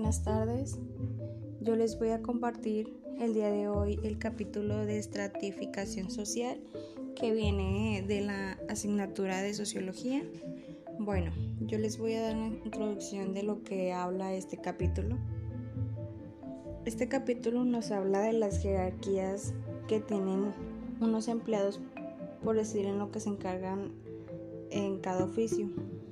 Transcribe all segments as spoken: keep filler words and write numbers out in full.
buenas tardes. Yo les voy a compartir el día de hoy el capítulo de estratificación social que viene de la asignatura de sociología. Bueno, yo les voy a dar una introducción de lo que habla este capítulo. Este capítulo nos habla de las jerarquías que tienen unos empleados, por decir, en lo que se encargan en cada oficio.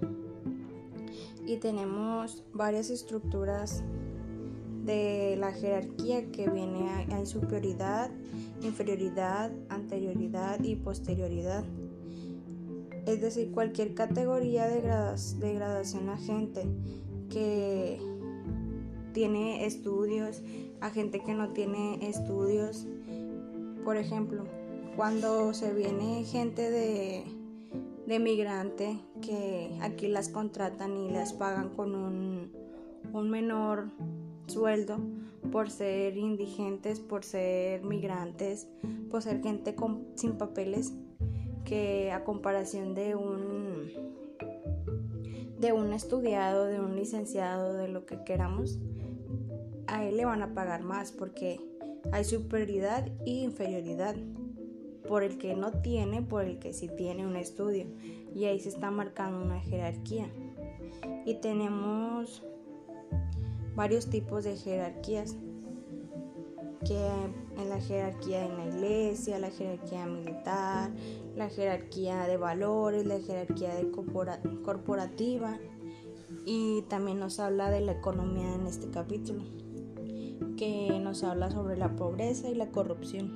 Y tenemos varias estructuras de la jerarquía que viene a, hay superioridad, inferioridad, anterioridad y posterioridad. Es decir, cualquier categoría de, gradas, de gradación a gente que tiene estudios, a gente que no tiene estudios. Por ejemplo, cuando se viene gente de, de migrante, que aquí las contratan y las pagan con un, un menor sueldo por ser indigentes, por ser migrantes, por ser gente con, sin papeles, que a comparación de un de un estudiado, de un licenciado, de lo que queramos, a él le van a pagar más porque hay superioridad y inferioridad, por el que no tiene, por el que sí tiene un estudio, y ahí se está marcando una jerarquía. Y tenemos varios tipos de jerarquías, que en la jerarquía en la iglesia, la jerarquía militar, la jerarquía de valores, la jerarquía de corpora- corporativa, y también nos habla de la economía en este capítulo, que nos habla sobre la pobreza y la corrupción.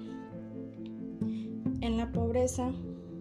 En la pobreza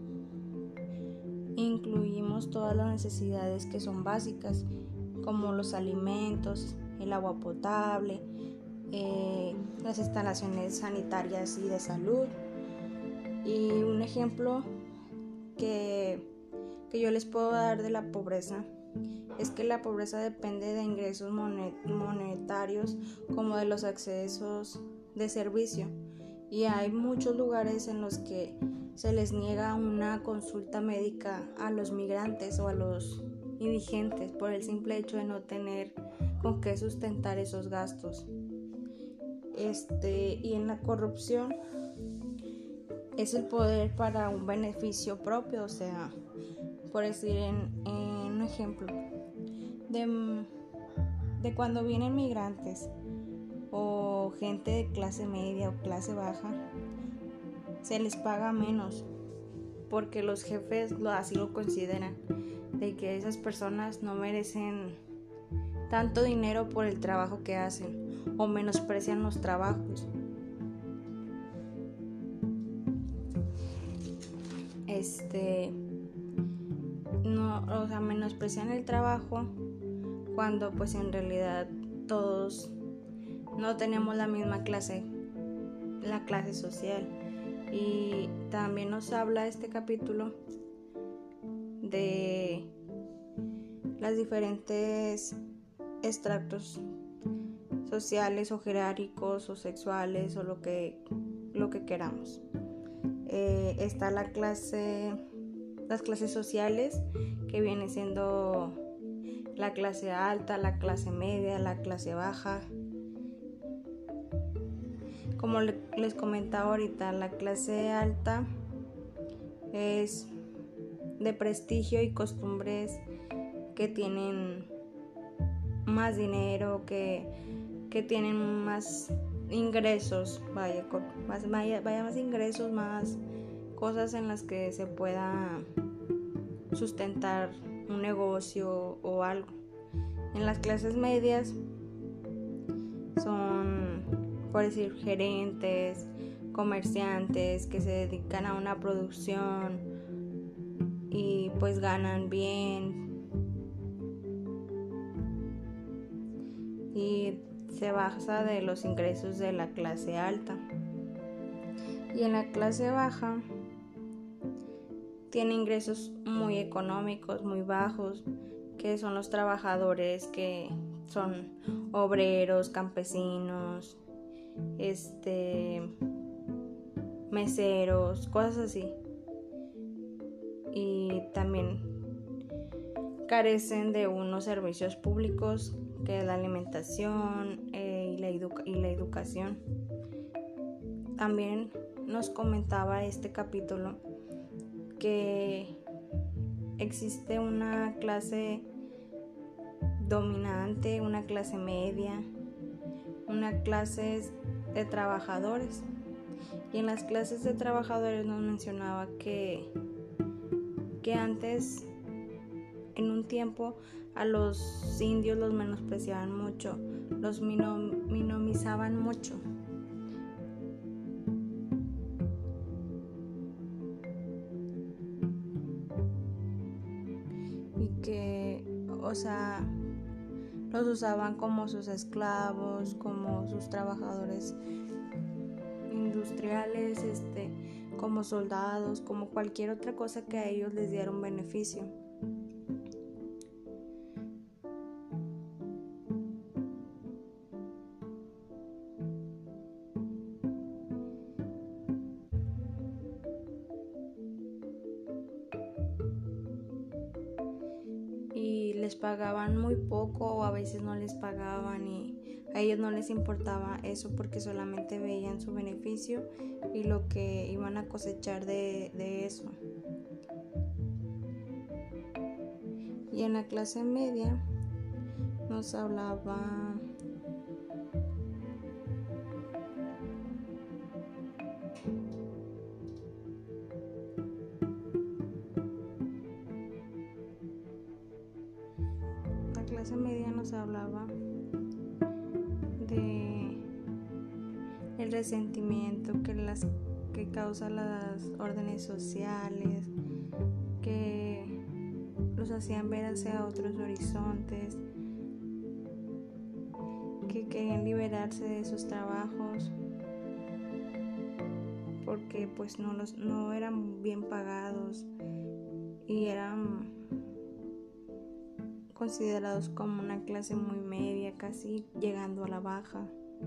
incluimos todas las necesidades que son básicas, como los alimentos, el agua potable, eh, las instalaciones sanitarias y de salud. Y un ejemplo que, que yo les puedo dar de la pobreza es que la pobreza depende de ingresos monetarios como de los accesos de servicio, y hay muchos lugares en los que se les niega una consulta médica a los migrantes o a los indigentes por el simple hecho de no tener con qué sustentar esos gastos. Este, y en la corrupción es el poder para un beneficio propio, o sea, por decir, en, en un ejemplo de, de cuando vienen migrantes o gente de clase media o clase baja, se les paga menos porque los jefes lo, así lo consideran, de que esas personas no merecen tanto dinero por el trabajo que hacen o menosprecian los trabajos. Este no, o sea, menosprecian el trabajo cuando pues en realidad todos no tenemos la misma clase, la clase social. Y también nos habla este capítulo de las diferentes estratos sociales o jerárquicos o sexuales o lo que, lo que queramos. Eh, está la clase, las clases sociales, que viene siendo la clase alta, la clase media, la clase baja. Como les comentaba ahorita, la clase alta es de prestigio y costumbres, que tienen más dinero, que, que tienen más ingresos, vaya, más, vaya, vaya más ingresos, más cosas en las que se pueda sustentar un negocio o algo. En las clases medias son, por decir, gerentes, comerciantes que se dedican a una producción y pues ganan bien, y se basa de los ingresos de la clase alta. Y en la clase baja tiene ingresos muy económicos, muy bajos, que son los trabajadores que son obreros, campesinos, este, meseros, cosas así. Y también carecen de unos servicios públicos que es la alimentación eh, y, la edu- y la educación. También nos comentaba este capítulo que existe una clase dominante, una clase media, una clase de trabajadores. Y en las clases de trabajadores nos mencionaba que, que antes, en un tiempo, a los indios los menospreciaban mucho, los minom- minimizaban mucho. Y que, o sea, los usaban como sus esclavos, como sus trabajadores industriales, este, como soldados, como cualquier otra cosa que a ellos les diera un beneficio. Y les pagaban muy poco o a veces no les pagaban y a ellos no les importaba eso porque solamente veían su beneficio y lo que iban a cosechar de, de eso. Y en la clase media nos hablaba la clase media nos hablaba de el resentimiento que las que causa las órdenes sociales, que los hacían ver hacia otros horizontes, que querían liberarse de esos trabajos porque pues no los no eran bien pagados y eran considerados como una clase muy media, casi llegando a la baja.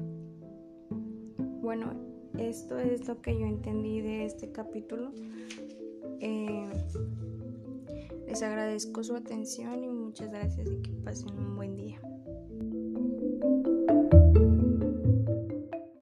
Bueno, esto es lo que yo entendí de este capítulo. Eh, les agradezco su atención y muchas gracias y que pasen un buen día.